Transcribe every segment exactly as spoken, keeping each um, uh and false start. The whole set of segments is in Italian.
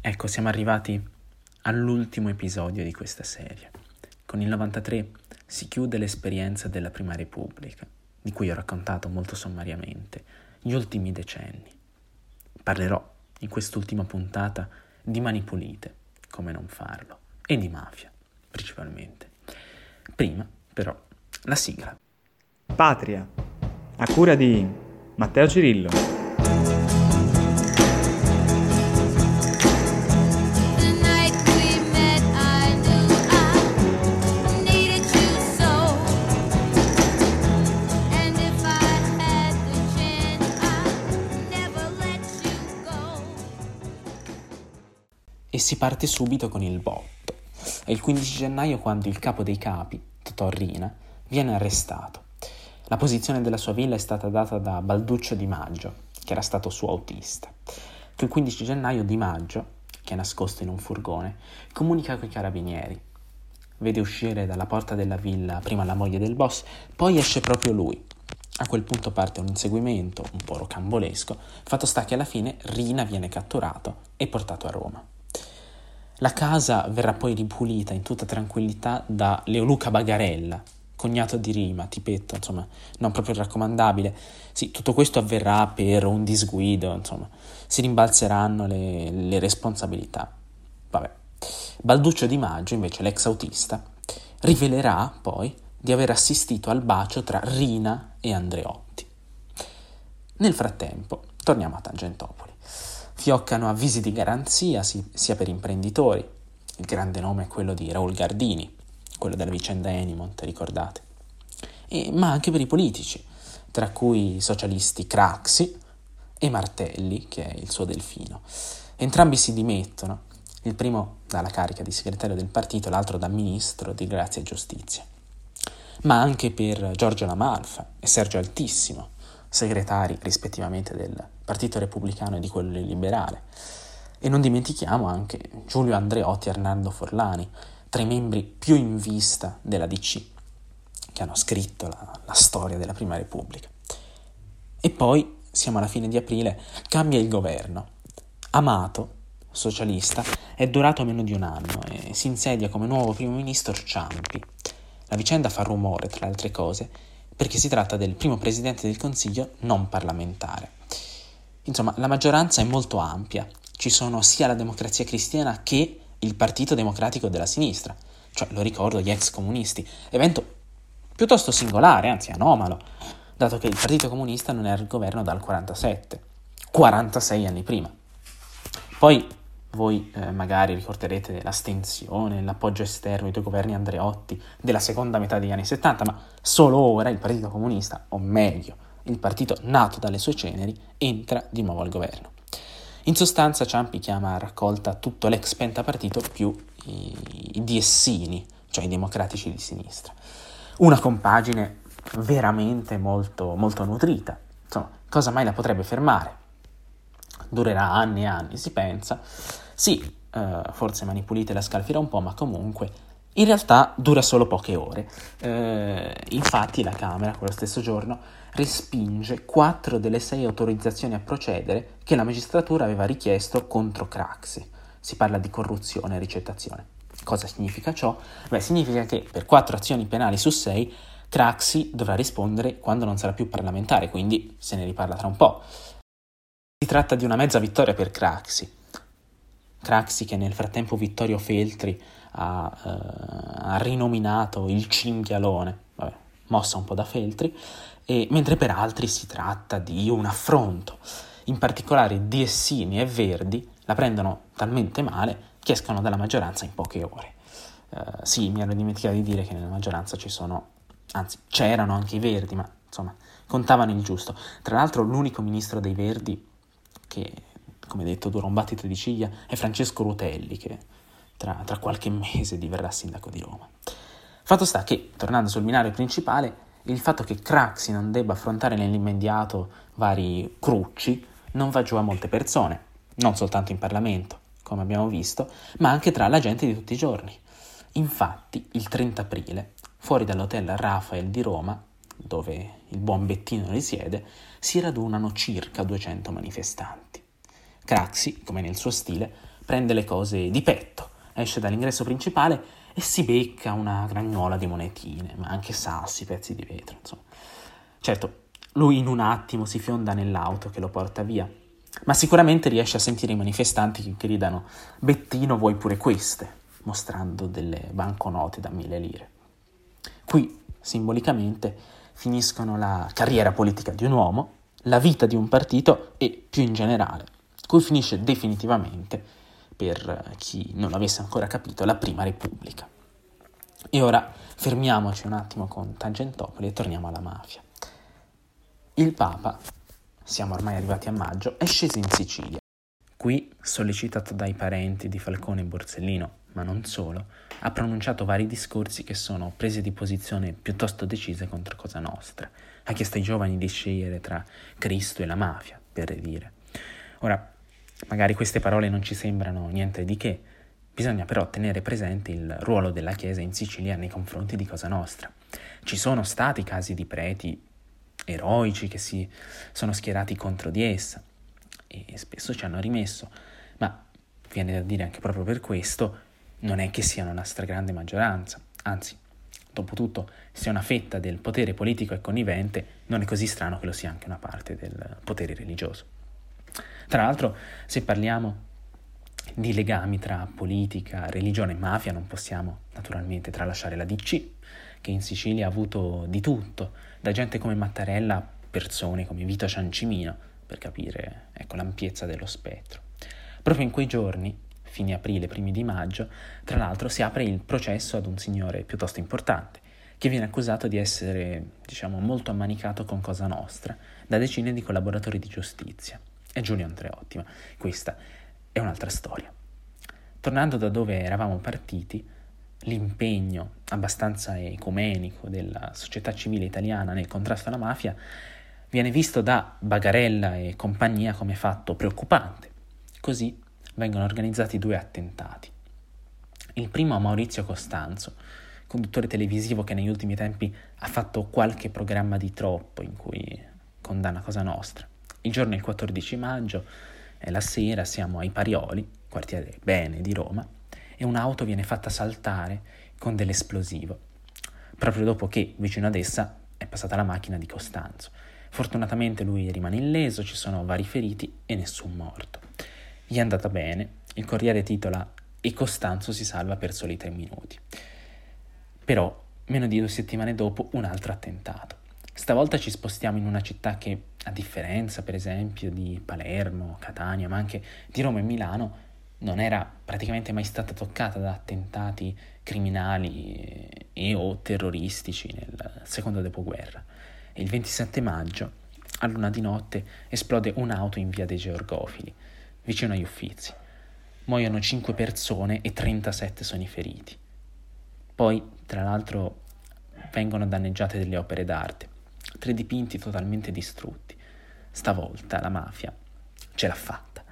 Ecco, siamo arrivati all'ultimo episodio di questa serie. Con il novantatré si chiude l'esperienza della Prima Repubblica, di cui ho raccontato molto sommariamente gli ultimi decenni. Parlerò in quest'ultima puntata di Mani Pulite, come non farlo, e di mafia, principalmente. Prima, però, la sigla. Patria, a cura di Matteo Cirillo. E si parte subito con il botto. È il quindici gennaio quando il capo dei capi, Totò Riina, viene arrestato. La posizione della sua villa è stata data da Balduccio Di Maggio, che era stato suo autista. Il quindici gennaio Di Maggio, che è nascosto in un furgone, comunica coi carabinieri. Vede uscire dalla porta della villa prima la moglie del boss, poi esce proprio lui. A quel punto parte un inseguimento, un po' rocambolesco. Fatto sta che alla fine Riina viene catturato e portato a Roma. La casa verrà poi ripulita in tutta tranquillità da Leoluca Bagarella, cognato di Rima, tipetto, insomma, non proprio raccomandabile. Sì, tutto questo avverrà per un disguido, insomma, si rimbalzeranno le, le responsabilità. Vabbè. Balduccio Di Maggio, invece, l'ex autista, rivelerà poi di aver assistito al bacio tra Rina e Andreotti. Nel frattempo, torniamo a Tangentopoli. Fioccano avvisi di garanzia sia per imprenditori, il grande nome è quello di Raul Gardini, quello della vicenda Enimont, ricordate, e, ma anche per i politici, tra cui i socialisti Craxi e Martelli, che è il suo delfino. Entrambi si dimettono, il primo dalla carica di segretario del partito, l'altro da ministro di Grazia e Giustizia. Ma anche per Giorgio La Malfa e Sergio Altissimo, segretari rispettivamente del Partito Repubblicano e di quello liberale. E non dimentichiamo anche Giulio Andreotti e Arnaldo Forlani, tra i membri più in vista della D C, che hanno scritto la, la storia della Prima Repubblica. E poi, siamo alla fine di aprile, cambia il governo. Amato, socialista, è durato meno di un anno e si insedia come nuovo primo ministro Ciampi. La vicenda fa rumore, tra le altre cose, perché si tratta del primo presidente del Consiglio non parlamentare. Insomma, la maggioranza è molto ampia. Ci sono sia la Democrazia Cristiana che il Partito Democratico della Sinistra, cioè, lo ricordo, gli ex comunisti. Evento piuttosto singolare, anzi anomalo, dato che il Partito Comunista non era al governo dal quarantasette, quarantasei anni prima. Poi voi eh, magari ricorderete l'astensione, l'appoggio esterno ai due governi Andreotti della seconda metà degli anni settanta, ma solo ora il Partito Comunista, o meglio, il partito nato dalle sue ceneri, entra di nuovo al governo. In sostanza Ciampi chiama a raccolta tutto l'ex pentapartito più i, i diessini, cioè i democratici di sinistra. Una compagine veramente molto, molto nutrita. Insomma, cosa mai la potrebbe fermare? Durerà anni e anni, si pensa. Sì, eh, forse Mani Pulite la scalfirà un po', ma comunque in realtà dura solo poche ore. Eh, infatti la Camera, quello stesso giorno, respinge quattro delle sei autorizzazioni a procedere che la magistratura aveva richiesto contro Craxi. Si parla di corruzione e ricettazione. Cosa significa ciò? Beh, significa che per quattro azioni penali su sei Craxi dovrà rispondere quando non sarà più parlamentare, quindi se ne riparla tra un po'. Si tratta di una mezza vittoria per Craxi. Craxi che nel frattempo Vittorio Feltri ha, eh, ha rinominato il cinghialone, vabbè, mossa un po' da Feltri, e, mentre per altri si tratta di un affronto. In particolare Diessini e Verdi la prendono talmente male che escono dalla maggioranza in poche ore. Eh, sì, mi ero dimenticato di dire che nella maggioranza ci sono, anzi c'erano anche i Verdi, ma insomma contavano il giusto. Tra l'altro l'unico ministro dei Verdi che, come detto, dura un battito di ciglia, è Francesco Rutelli, che tra, tra qualche mese diverrà sindaco di Roma. Fatto sta che, tornando sul binario principale, il fatto che Craxi non debba affrontare nell'immediato vari crucci non va giù a molte persone, non soltanto in Parlamento, come abbiamo visto, ma anche tra la gente di tutti i giorni. Infatti, il trenta aprile, fuori dall'hotel Rafael di Roma, dove il buon Bettino risiede, si radunano circa duecento manifestanti. Craxi, come nel suo stile, prende le cose di petto, esce dall'ingresso principale e si becca una gragnola di monetine, ma anche sassi, pezzi di vetro, insomma. Certo, lui in un attimo si fionda nell'auto che lo porta via, ma sicuramente riesce a sentire i manifestanti che gridano «Bettino, vuoi pure queste?», mostrando delle banconote da mille lire. Qui, simbolicamente, finiscono la carriera politica di un uomo, la vita di un partito e, più in generale, qui finisce definitivamente, per chi non l'avesse ancora capito, la Prima Repubblica. E ora fermiamoci un attimo con Tangentopoli e torniamo alla mafia. Il Papa, siamo ormai arrivati a maggio, è sceso in Sicilia. Qui, sollecitato dai parenti di Falcone e Borsellino, ma non solo, ha pronunciato vari discorsi che sono prese di posizione piuttosto decise contro Cosa Nostra. Ha chiesto ai giovani di scegliere tra Cristo e la mafia, per dire. Ora, magari queste parole non ci sembrano niente di che, bisogna però tenere presente il ruolo della Chiesa in Sicilia nei confronti di Cosa Nostra. Ci sono stati casi di preti eroici che si sono schierati contro di essa e spesso ci hanno rimesso, ma viene da dire anche proprio per questo non è che siano una stragrande maggioranza, anzi, dopo tutto, se una fetta del potere politico è connivente, non è così strano che lo sia anche una parte del potere religioso. Tra l'altro, se parliamo di legami tra politica, religione e mafia, non possiamo naturalmente tralasciare la D C, che in Sicilia ha avuto di tutto, da gente come Mattarella a persone come Vito Ciancimino, per capire, ecco, l'ampiezza dello spettro. Proprio in quei giorni, fine aprile, primi di maggio, tra l'altro si apre il processo ad un signore piuttosto importante, che viene accusato di essere, diciamo, molto ammanicato con Cosa Nostra da decine di collaboratori di giustizia. È Giulio Andreotti, ma questa è un'altra storia. Tornando da dove eravamo partiti, l'impegno abbastanza ecumenico della società civile italiana nel contrasto alla mafia viene visto da Bagarella e compagnia come fatto preoccupante. Così vengono organizzati due attentati. Il primo a Maurizio Costanzo, conduttore televisivo che negli ultimi tempi ha fatto qualche programma di troppo in cui condanna Cosa Nostra. Il giorno è il quattordici maggio, è la sera, siamo ai Parioli, quartiere Bene di Roma, e un'auto viene fatta saltare con dell'esplosivo, proprio dopo che vicino ad essa è passata la macchina di Costanzo. Fortunatamente lui rimane illeso, ci sono vari feriti e nessun morto. Gli è andata bene, il Corriere titola «E Costanzo si salva per soli tre minuti». Però, meno di due settimane dopo, un altro attentato. Stavolta ci spostiamo in una città che, a differenza per esempio di Palermo, Catania, ma anche di Roma e Milano, non era praticamente mai stata toccata da attentati criminali e o terroristici nel secondo dopoguerra. E il ventisette maggio, a luna di notte, esplode un'auto in via dei Georgofili, vicino agli Uffizi. Muoiono cinque persone e trentasette sono i feriti. Poi, tra l'altro, vengono danneggiate delle opere d'arte, tre dipinti totalmente distrutti. Stavolta la mafia ce l'ha fatta.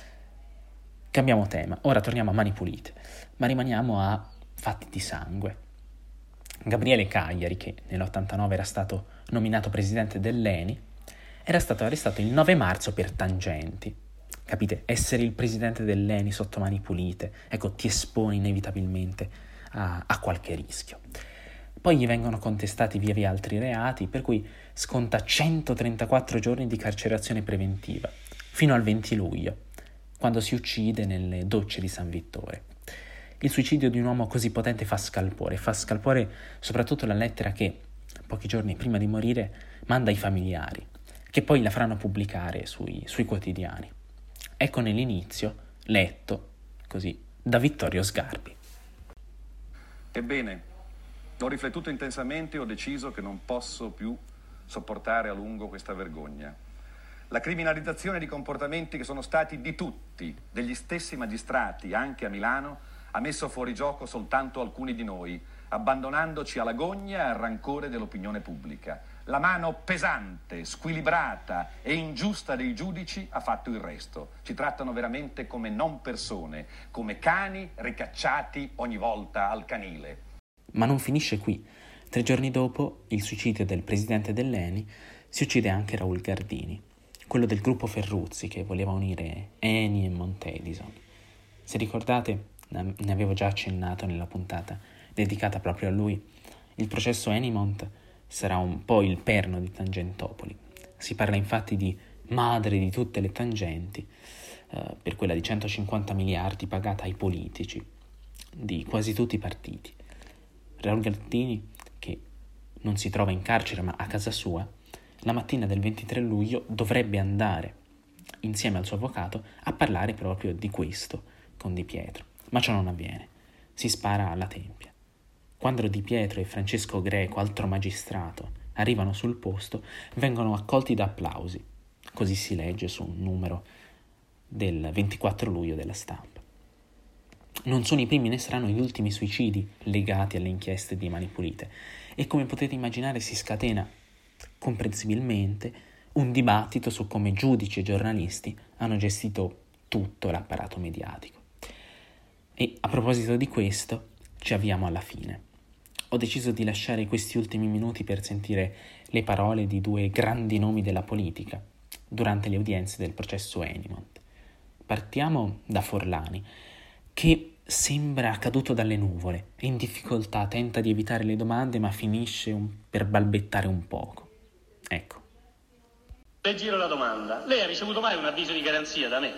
Cambiamo tema, ora torniamo a Mani Pulite, ma rimaniamo a fatti di sangue. Gabriele Cagliari, che nell'ottantanove era stato nominato presidente dell'E N I, era stato arrestato il nove marzo per tangenti. Capite? Essere il presidente dell'E N I sotto Mani Pulite, ecco, ti espone inevitabilmente a, a qualche rischio. Poi gli vengono contestati via via altri reati, per cui sconta centotrentaquattro giorni di carcerazione preventiva, fino al venti luglio, quando si uccide nelle docce di San Vittore. Il suicidio di un uomo così potente fa scalpore, fa scalpore soprattutto la lettera che, pochi giorni prima di morire, manda ai familiari, che poi la faranno pubblicare sui, sui quotidiani. Ecco nell'inizio, letto, così, da Vittorio Sgarbi. Ebbene, ho riflettuto intensamente e ho deciso che non posso più sopportare a lungo questa vergogna. La criminalizzazione di comportamenti che sono stati di tutti, degli stessi magistrati, anche a Milano, ha messo fuori gioco soltanto alcuni di noi, abbandonandoci alla gogna e al rancore dell'opinione pubblica. La mano pesante, squilibrata e ingiusta dei giudici ha fatto il resto. Ci trattano veramente come non persone, come cani ricacciati ogni volta al canile. Ma non finisce qui. Tre giorni dopo il suicidio del presidente dell'E N I si uccide anche Raul Gardini, quello del gruppo Ferruzzi che voleva unire Eni e Montedison. Se ricordate, ne avevo già accennato nella puntata dedicata proprio a lui, il processo Enimont sarà un po' il perno di Tangentopoli. Si parla infatti di madre di tutte le tangenti, eh, per quella di centocinquanta miliardi pagata ai politici di quasi tutti i partiti. Raul Gattini, che non si trova in carcere ma a casa sua, la mattina del ventitré luglio dovrebbe andare insieme al suo avvocato a parlare proprio di questo con Di Pietro, ma ciò non avviene. Si spara alla tempia. Quando Di Pietro e Francesco Greco, altro magistrato, arrivano sul posto, vengono accolti da applausi. Così si legge su un numero del ventiquattro luglio della Stampa. Non sono i primi né saranno gli ultimi suicidi legati alle inchieste di Mani Pulite e, come potete immaginare, si scatena comprensibilmente un dibattito su come giudici e giornalisti hanno gestito tutto l'apparato mediatico. E a proposito di questo, ci avviamo alla fine. Ho deciso di lasciare questi ultimi minuti per sentire le parole di due grandi nomi della politica durante le udienze del processo Enimont. Partiamo da Forlani, che sembra caduto dalle nuvole, è in difficoltà, tenta di evitare le domande ma finisce un, per balbettare un poco. Ecco. Le giro la domanda. Lei ha ricevuto mai un avviso di garanzia da me?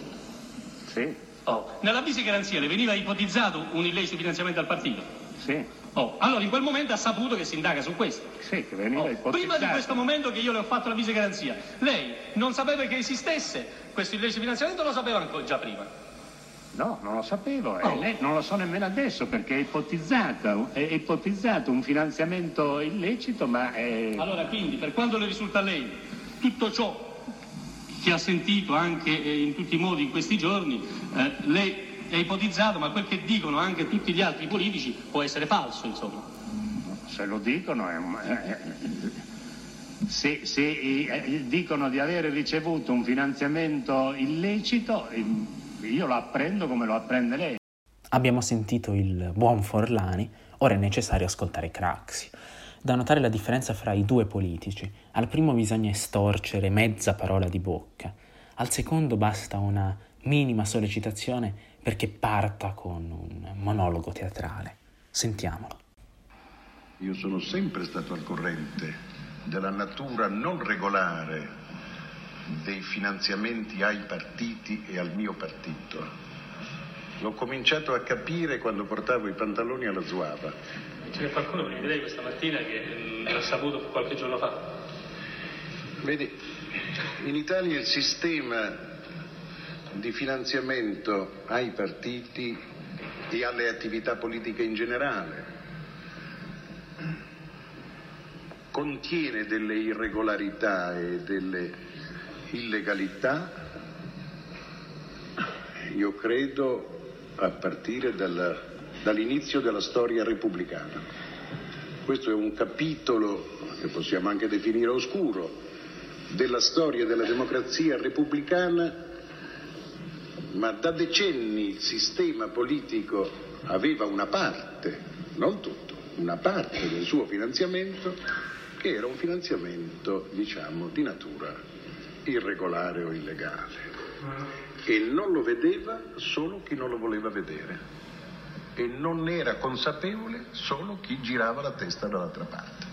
Sì. Oh, nell'avviso di garanzia le veniva ipotizzato un illecito finanziamento al partito? Sì. Oh, allora in quel momento ha saputo che si indaga su questo? Sì, che veniva Oh, ipotizzato. prima di questo momento che io le ho fatto l'avviso di garanzia, lei non sapeva che esistesse questo illecito finanziamento o lo sapeva ancora già prima? No, non lo sapevo, Oh. e ne- non lo so nemmeno adesso perché è ipotizzato, è ipotizzato un finanziamento illecito, ma è... Allora quindi, per quanto le risulta a lei, tutto ciò che ha sentito anche eh, in tutti i modi in questi giorni, eh, lei è ipotizzato, ma quel che dicono anche tutti gli altri politici può essere falso, insomma. Se lo dicono è un... eh, se, se eh, dicono di aver ricevuto un finanziamento illecito, eh, io lo apprendo come lo apprende lei. Abbiamo sentito il buon Forlani, ora è necessario ascoltare Craxi. Da notare la differenza fra i due politici. Al primo bisogna estorcere mezza parola di bocca, al secondo basta una minima sollecitazione perché parta con un monologo teatrale. Sentiamolo. Io sono sempre stato al corrente della natura non regolare dei finanziamenti ai partiti e al mio partito. L'ho cominciato a capire quando portavo i pantaloni alla Zuava. C'è qualcuno prima di lei questa mattina che l'ha saputo qualche giorno fa? Vedi, in Italia il sistema di finanziamento ai partiti e alle attività politiche in generale contiene delle irregolarità e delle illegalità, io credo, a partire dalla dall'inizio della storia repubblicana. Questo è un capitolo che possiamo anche definire oscuro della storia della democrazia repubblicana, ma da decenni il sistema politico aveva una parte, non tutto, una parte del suo finanziamento che era un finanziamento, diciamo, di natura irregolare o illegale, e non lo vedeva solo chi non lo voleva vedere. E non ne era consapevole solo chi girava la testa dall'altra parte.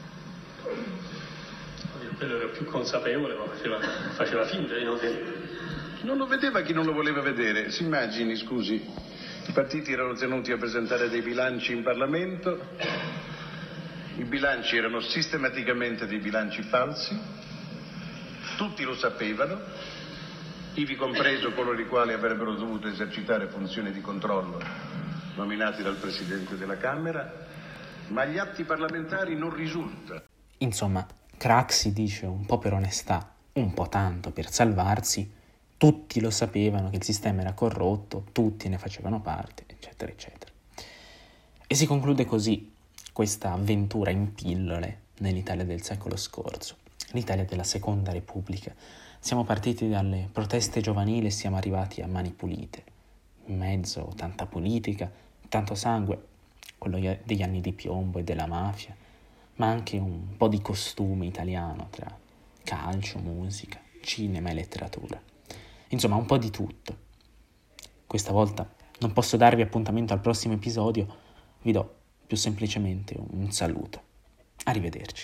Quello era più consapevole, ma faceva, faceva finta di non vedere. Non lo vedeva chi non lo voleva vedere. Si immagini, scusi, i partiti erano tenuti a presentare dei bilanci in Parlamento, i bilanci erano sistematicamente dei bilanci falsi, tutti lo sapevano, ivi compreso coloro i quali avrebbero dovuto esercitare funzioni di controllo nominati dal Presidente della Camera, ma agli atti parlamentari non risulta. Insomma, Craxi dice un po' per onestà, un po' tanto per salvarsi, tutti lo sapevano che il sistema era corrotto, tutti ne facevano parte, eccetera, eccetera. E si conclude così questa avventura in pillole nell'Italia del secolo scorso, l'Italia della Seconda Repubblica. Siamo partiti dalle proteste giovanili e siamo arrivati a Mani Pulite. In mezzo tanta politica, tanto sangue, quello degli anni di piombo e della mafia, ma anche un po' di costume italiano tra calcio, musica, cinema e letteratura. Insomma, un po' di tutto. Questa volta non posso darvi appuntamento al prossimo episodio, vi do più semplicemente un saluto. Arrivederci.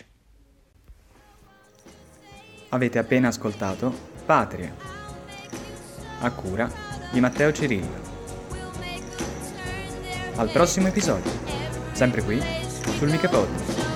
Avete appena ascoltato Patria, a cura di Matteo Cirillo. Al prossimo episodio, sempre qui sul Michepod.